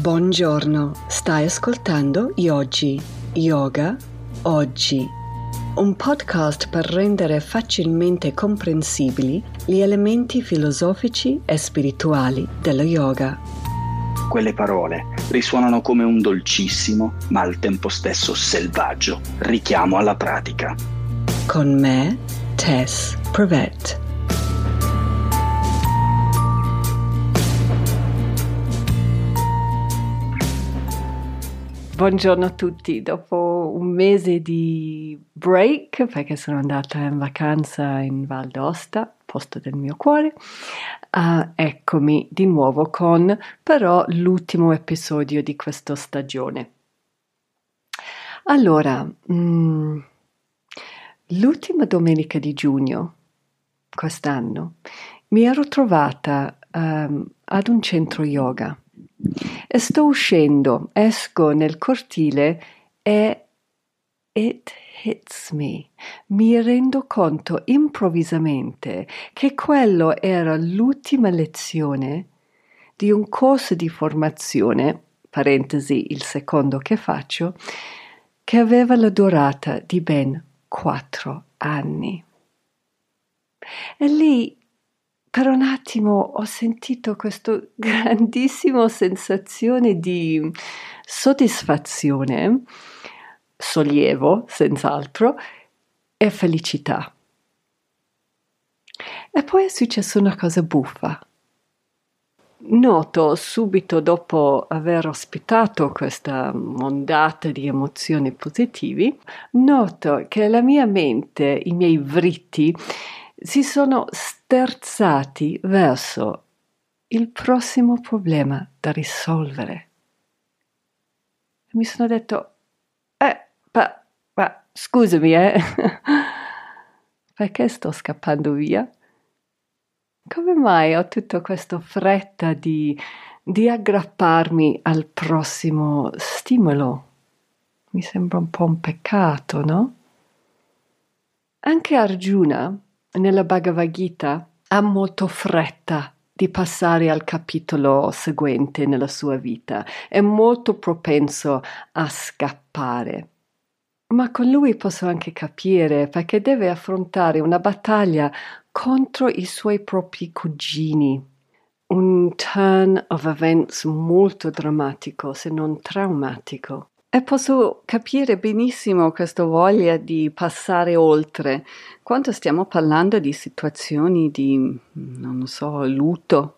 Buongiorno, stai ascoltando Yogi, Yoga Oggi, un podcast per rendere facilmente comprensibili gli elementi filosofici e spirituali dello yoga. Quelle parole risuonano come un dolcissimo, ma al tempo stesso selvaggio, richiamo alla pratica. Con me, Tess Prevet. Buongiorno a tutti, dopo un mese di break, perché sono andata in vacanza in Val d'Aosta, posto del mio cuore, eccomi di nuovo con però l'ultimo episodio di questa stagione. Allora, l'ultima domenica di giugno, quest'anno, mi ero trovata ad un centro yoga. E esco nel cortile e it hits me. Mi rendo conto improvvisamente che quello era l'ultima lezione di un corso di formazione, parentesi il secondo che faccio, che aveva la durata di ben 4 anni. E lì per un attimo ho sentito questa grandissima sensazione di soddisfazione, sollievo, senz'altro, e felicità. E poi è successa una cosa buffa. Noto subito dopo aver ospitato questa ondata di emozioni positivi, noto che la mia mente, i miei vritti, si sono sterzati verso il prossimo problema da risolvere. Mi sono detto, ma scusami, perché sto scappando via? Come mai ho tutta questa fretta di aggrapparmi al prossimo stimolo? Mi sembra un po' un peccato, no? Anche Arjuna, nella Bhagavad Gita, ha molto fretta di passare al capitolo seguente nella sua vita. È molto propenso a scappare. Ma con lui posso anche capire, perché deve affrontare una battaglia contro i suoi propri cugini. Un turn of events molto drammatico, se non traumatico. E posso capire benissimo questa voglia di passare oltre, quando stiamo parlando di situazioni di, non so, lutto,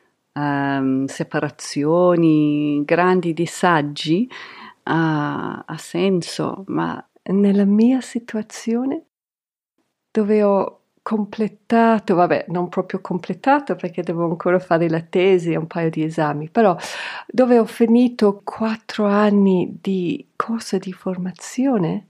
separazioni, grandi disagi, ha senso, ma nella mia situazione, dove ho completato, non proprio completato perché devo ancora fare la tesi e un paio di esami, però dove ho finito 4 anni di corso di formazione,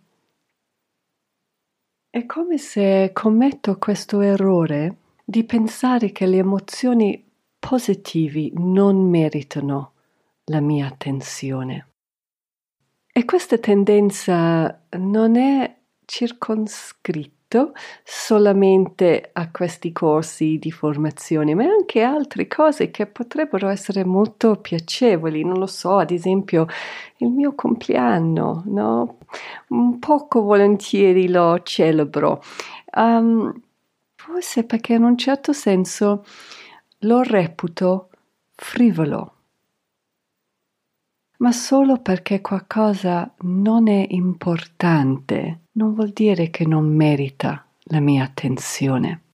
è come se commetto questo errore di pensare che le emozioni positivi non meritano la mia attenzione. E questa tendenza non è circoscritta solamente a questi corsi di formazione, ma anche altre cose che potrebbero essere molto piacevoli. Non lo so, ad esempio il mio compleanno, no? Un poco volentieri lo celebro. Forse perché in un certo senso lo reputo frivolo. Ma solo perché qualcosa non è importante non vuol dire che non merita la mia attenzione.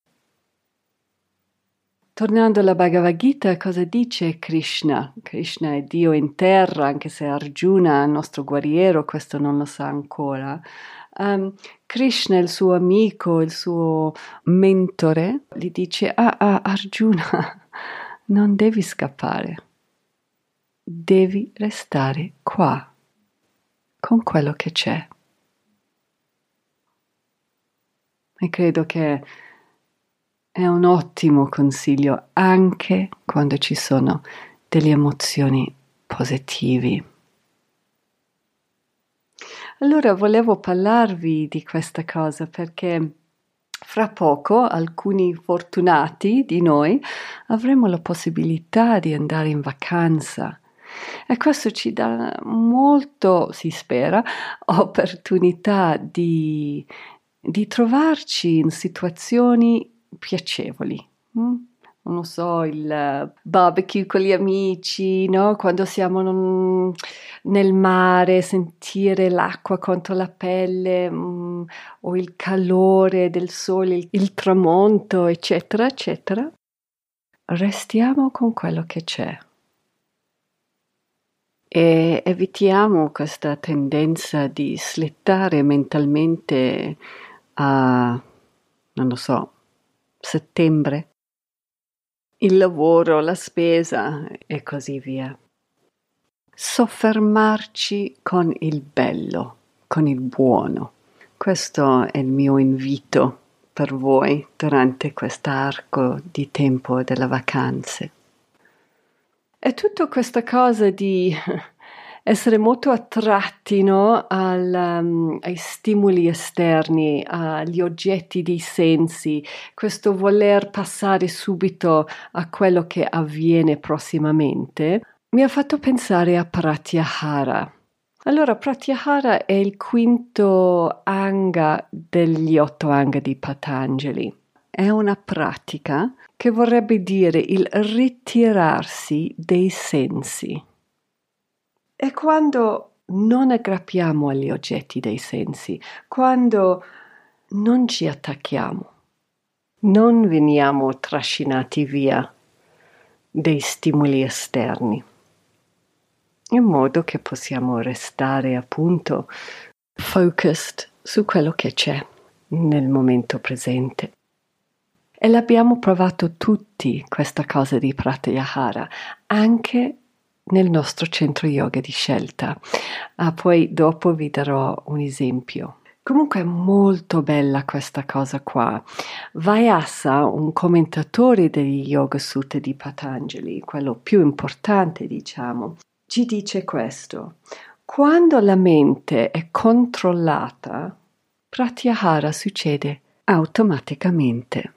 Tornando alla Bhagavad Gita, cosa dice Krishna? Krishna è Dio in terra, anche se Arjuna, il nostro guerriero, questo non lo sa ancora. Krishna, il suo amico, il suo mentore, gli dice, Arjuna, non devi scappare. Devi restare qua, con quello che c'è. E credo che è un ottimo consiglio anche quando ci sono delle emozioni positive. Allora volevo parlarvi di questa cosa perché fra poco alcuni fortunati di noi avremo la possibilità di andare in vacanza. E questo ci dà molto, si spera, opportunità di trovarci in situazioni piacevoli. Non so, il barbecue con gli amici, no? Quando siamo nel mare, sentire l'acqua contro la pelle, o il calore del sole, il tramonto, eccetera, eccetera. Restiamo con quello che c'è. E evitiamo questa tendenza di slittare mentalmente a, non lo so, settembre, il lavoro, la spesa e così via. Soffermarci con il bello, con il buono. Questo è il mio invito per voi durante quest'arco di tempo delle vacanze. È tutta questa cosa di essere molto attratti, no, ai stimoli esterni, agli oggetti dei sensi, questo voler passare subito a quello che avviene prossimamente, mi ha fatto pensare a Pratyahara. Allora, Pratyahara è il quinto anga degli 8 anga di Patanjali. È una pratica che vorrebbe dire il ritirarsi dei sensi. E quando non aggrappiamo agli oggetti dei sensi, quando non ci attacchiamo, non veniamo trascinati via dei stimoli esterni, in modo che possiamo restare appunto focused su quello che c'è nel momento presente. E l'abbiamo provato tutti questa cosa di Pratyahara, anche nel nostro centro yoga di scelta. Poi dopo vi darò un esempio. Comunque è molto bella questa cosa qua. Vyasa, un commentatore degli Yoga Sutta di Patanjali, quello più importante diciamo, ci dice questo: quando la mente è controllata, Pratyahara succede automaticamente.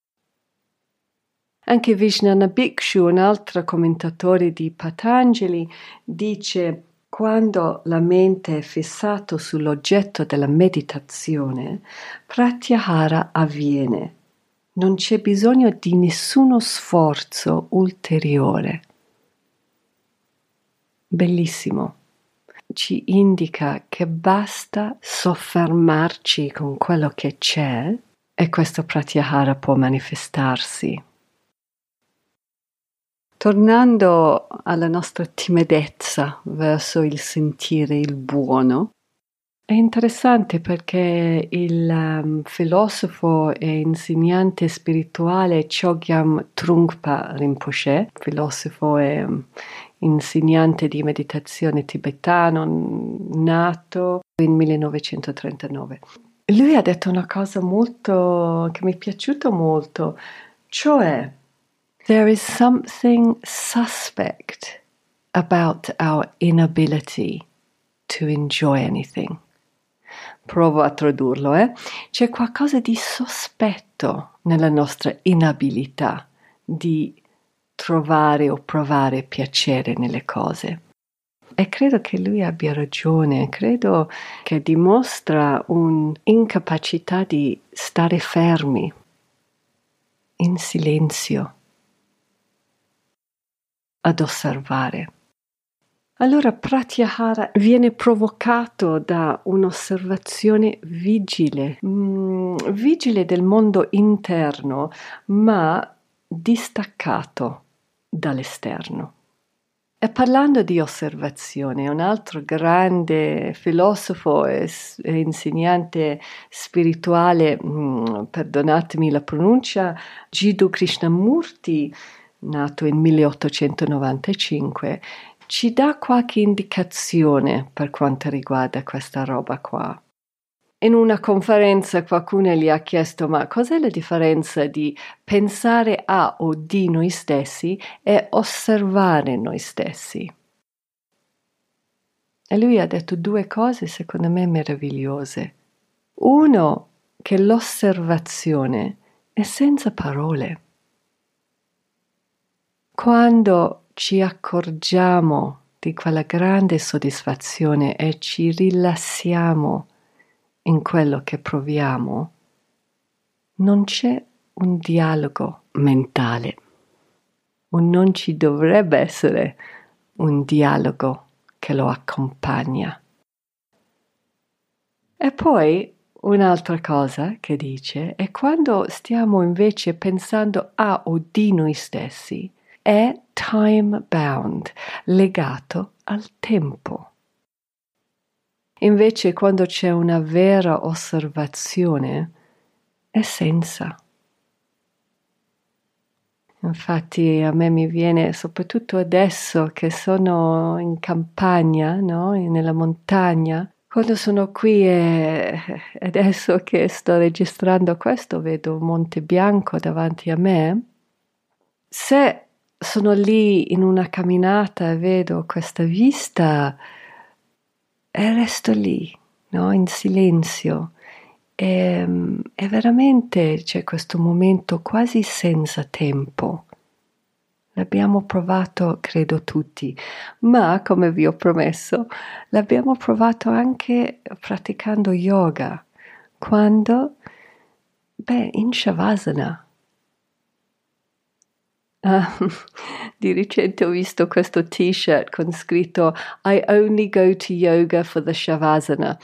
Anche Vijnana Bhikshu, un altro commentatore di Patanjali, dice: quando la mente è fissata sull'oggetto della meditazione, Pratyahara avviene. Non c'è bisogno di nessuno sforzo ulteriore. Bellissimo. Ci indica che basta soffermarci con quello che c'è e questo Pratyahara può manifestarsi. Tornando alla nostra timidezza verso il sentire il buono, è interessante perché il filosofo e insegnante spirituale Chogyam Trungpa Rinpoche, filosofo e insegnante di meditazione tibetano, nato in 1939. Lui ha detto una cosa molto che mi è piaciuta molto, cioè there is something suspect about our inability to enjoy anything. Provo a tradurlo, C'è qualcosa di sospetto nella nostra inabilità di trovare o provare piacere nelle cose. E credo che lui abbia ragione, credo che dimostra un'incapacità di stare fermi, in silenzio, ad osservare. Allora Pratyahara viene provocato da un'osservazione vigile del mondo interno, ma distaccato dall'esterno. E parlando di osservazione, un altro grande filosofo e insegnante spirituale, perdonatemi la pronuncia, Jiddu Krishnamurti, nato in 1895, ci dà qualche indicazione per quanto riguarda questa roba qua. In una conferenza qualcuno gli ha chiesto: ma cos'è la differenza di pensare a o di noi stessi e osservare noi stessi? E lui ha detto 2 cose secondo me meravigliose. Uno, che l'osservazione è senza parole. Quando ci accorgiamo di quella grande soddisfazione e ci rilassiamo in quello che proviamo, non c'è un dialogo mentale, o non ci dovrebbe essere un dialogo che lo accompagna. E poi un'altra cosa che dice è quando stiamo invece pensando a o di noi stessi, è time bound, legato al tempo. Invece quando c'è una vera osservazione è senza. Infatti a me mi viene, soprattutto adesso che sono in campagna, no? Nella montagna, quando sono qui e adesso che sto registrando questo vedo Monte Bianco davanti a me, se sono lì in una camminata e vedo questa vista e resto lì, no? In silenzio. E veramente c'è questo momento quasi senza tempo. L'abbiamo provato, credo tutti, ma come vi ho promesso, l'abbiamo provato anche praticando yoga, quando, in Shavasana. Di recente ho visto questo t-shirt con scritto I only go to yoga for the Shavasana.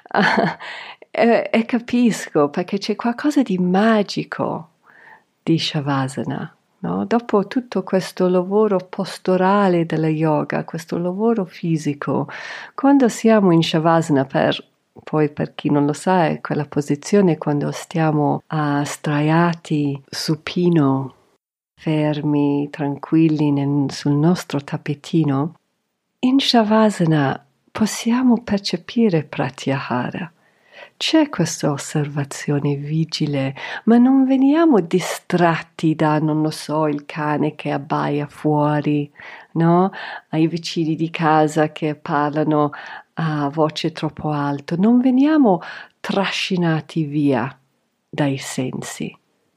E capisco, perché c'è qualcosa di magico di Shavasana, no? Dopo tutto questo lavoro posturale della yoga, questo lavoro fisico, quando siamo in Shavasana, poi per chi non lo sa, è quella posizione quando stiamo sdraiati supino, fermi, tranquilli sul nostro tappetino, in Shavasana possiamo percepire Pratyahara. C'è questa osservazione vigile, ma non veniamo distratti da, non lo so, il cane che abbaia fuori, no? Ai vicini di casa che parlano a voce troppo alta. Non veniamo trascinati via dai sensi.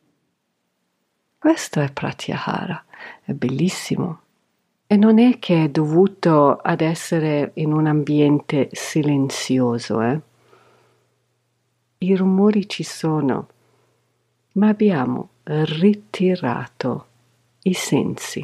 Questo è Pratyahara, è bellissimo. E non è che è dovuto ad essere in un ambiente silenzioso, I rumori ci sono, ma abbiamo ritirato i sensi.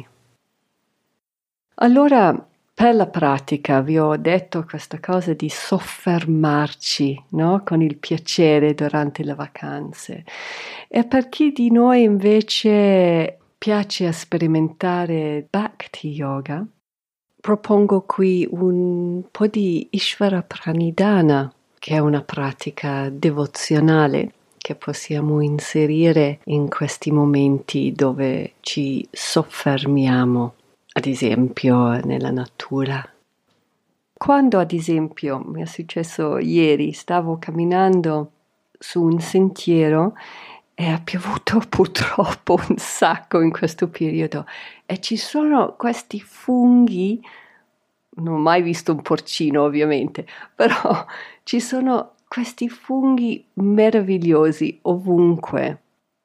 Allora, per la pratica vi ho detto questa cosa di soffermarci, no? Con il piacere durante le vacanze. E per chi di noi invece piace sperimentare Bhakti Yoga, propongo qui un po' di Ishvara Pranidhana, che è una pratica devozionale che possiamo inserire in questi momenti dove ci soffermiamo, ad esempio nella natura. Quando ad esempio, mi è successo ieri, stavo camminando su un sentiero e ha piovuto purtroppo un sacco in questo periodo e ci sono questi funghi, non ho mai visto un porcino ovviamente, però ci sono questi funghi meravigliosi ovunque.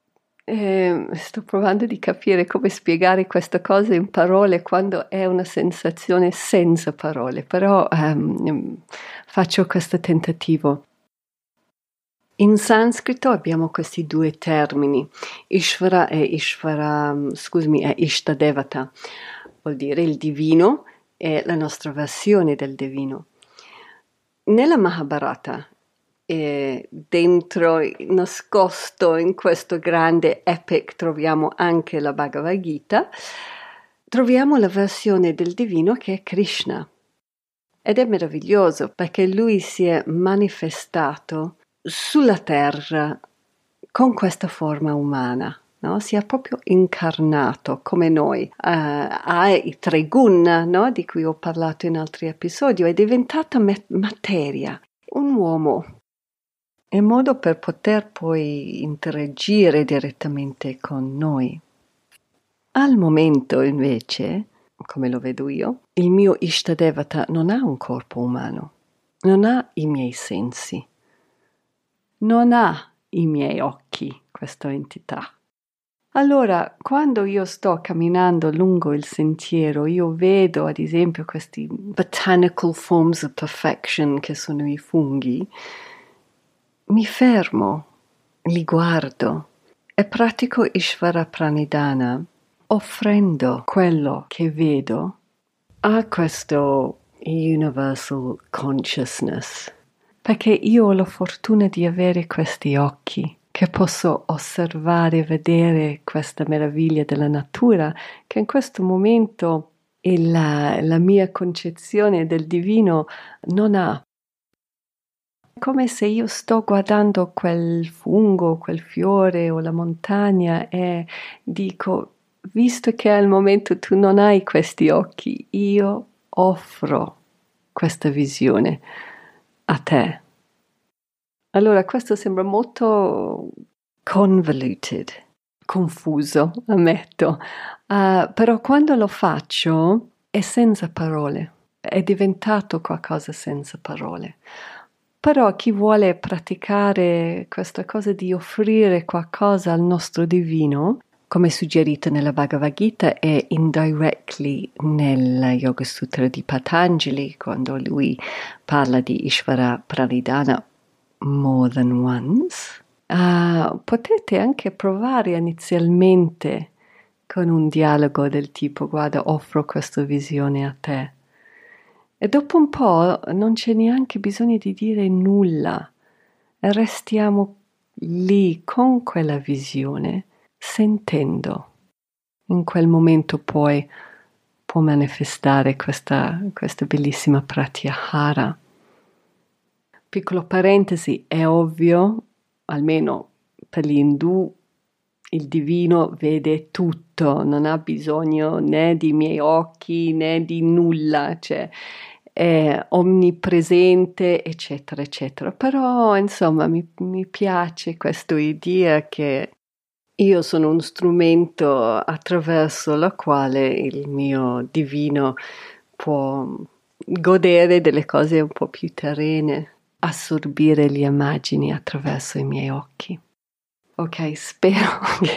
Sto provando di capire come spiegare questa cosa in parole quando è una sensazione senza parole, però faccio questo tentativo. In sanscrito abbiamo questi due termini, Ishvara è Ishtadevata, vuol dire il divino e la nostra versione del divino. Nella Mahabharata, dentro, nascosto in questo grande epic, troviamo anche la Bhagavad Gita, troviamo la versione del divino che è Krishna. Ed è meraviglioso perché lui si è manifestato sulla terra con questa forma umana, no? Si è proprio incarnato come noi, ha i tre guna, no? Di cui ho parlato in altri episodi, è diventata materia, un uomo, in modo per poter poi interagire direttamente con noi. Al momento invece, come lo vedo io, il mio Ishtadevata non ha un corpo umano, non ha i miei sensi, non ha i miei occhi, questa entità. Allora, quando io sto camminando lungo il sentiero, io vedo ad esempio questi botanical forms of perfection che sono i funghi, mi fermo, li guardo e pratico Ishvara Pranidhana offrendo quello che vedo a questo universal consciousness, perché io ho la fortuna di avere questi occhi che posso osservare, vedere questa meraviglia della natura che in questo momento la mia concezione del divino non ha. Come se io sto guardando quel fungo, quel fiore o la montagna e dico, visto che al momento tu non hai questi occhi, io offro questa visione a te. Allora, questo sembra molto convoluted, confuso, ammetto, però quando lo faccio è senza parole, è diventato qualcosa senza parole. Però chi vuole praticare questa cosa di offrire qualcosa al nostro divino, come suggerito nella Bhagavad Gita e indirectly nel Yoga Sutra di Patanjali, quando lui parla di Ishvara Pranidhana more than once, potete anche provare inizialmente con un dialogo del tipo: guarda, offro questa visione a te. E dopo un po' non c'è neanche bisogno di dire nulla, restiamo lì con quella visione, sentendo. In quel momento poi può manifestare questa bellissima pratyahara. Piccolo parentesi, è ovvio, almeno per gli indù, il divino vede tutto, non ha bisogno né di miei occhi né di nulla, cioè è onnipresente, eccetera, eccetera. Però, insomma, mi piace questa idea che io sono un strumento attraverso la quale il mio divino può godere delle cose un po' più terrene, assorbire le immagini attraverso i miei occhi. Ok, spero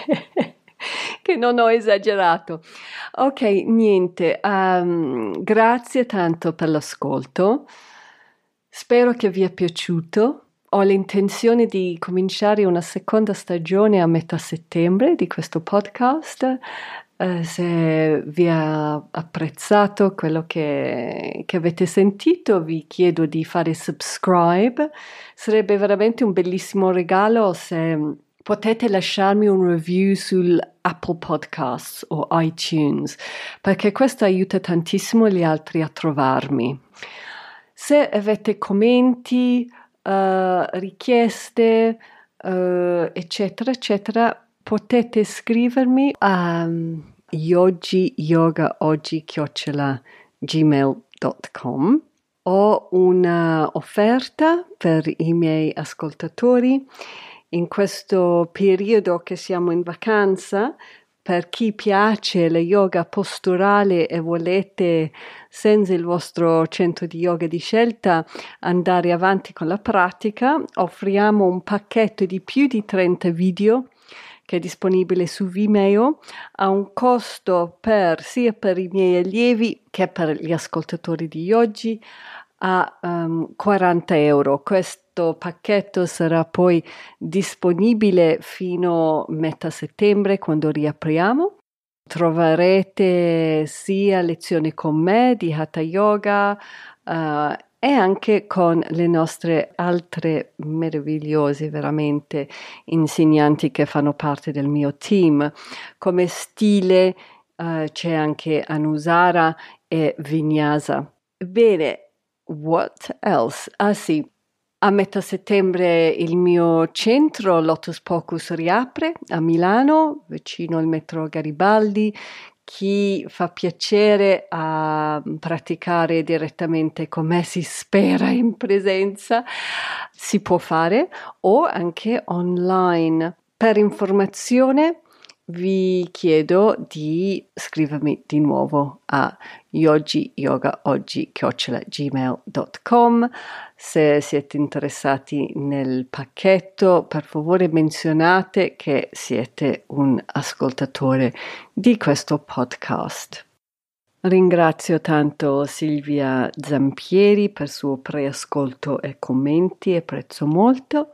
che non ho esagerato. Ok, niente, grazie tanto per l'ascolto. Spero che vi è piaciuto. Ho l'intenzione di cominciare una seconda stagione a metà settembre di questo podcast. Se vi ha apprezzato quello che avete sentito, vi chiedo di fare subscribe. Sarebbe veramente un bellissimo regalo se potete lasciarmi un review sul Apple Podcasts o iTunes, perché questo aiuta tantissimo gli altri a trovarmi. Se avete commenti, richieste, eccetera, eccetera, potete scrivermi a yogiyogaoggi@gmail.com. Ho una offerta per i miei ascoltatori. In questo periodo che siamo in vacanza, per chi piace la yoga posturale e volete, senza il vostro centro di yoga di scelta, andare avanti con la pratica, offriamo un pacchetto di più di 30 video che è disponibile su Vimeo a un costo sia per i miei allievi che per gli ascoltatori di Yogi a 40 euro. Questo pacchetto sarà poi disponibile fino a metà settembre, quando riapriamo. Troverete sia lezioni con me di Hatha Yoga e anche con le nostre altre meravigliose veramente insegnanti che fanno parte del mio team. Come stile c'è anche Anusara e Vinyasa. Bene, what else? Ah sì, a metà settembre il mio centro Lotus Pocus riapre a Milano, vicino al metro Garibaldi. Chi fa piacere a praticare direttamente con me, si spera in presenza, si può fare, o anche online. Per informazione vi chiedo di scrivermi di nuovo a yogiyogaoggi@gmail.com. Se siete interessati nel pacchetto, per favore menzionate che siete un ascoltatore di questo podcast. Ringrazio tanto Silvia Zampieri per il suo preascolto e commenti, apprezzo molto.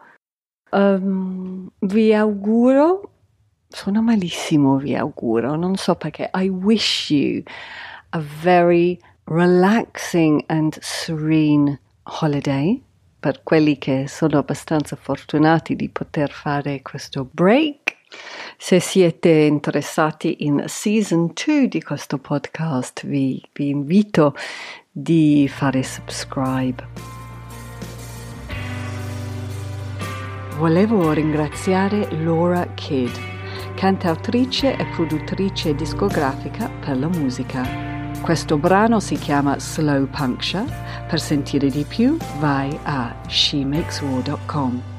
Vi auguro, suona malissimo vi auguro, non so perché, I wish you a very relaxing and serene holiday, per quelli che sono abbastanza fortunati di poter fare questo break. Se siete interessati in season 2 di questo podcast, vi invito di fare subscribe. Volevo ringraziare Laura Kidd, cantautrice e produttrice discografica per la musica. Questo brano si chiama Slow Puncture. Per sentire di più vai a shemakeswar.com.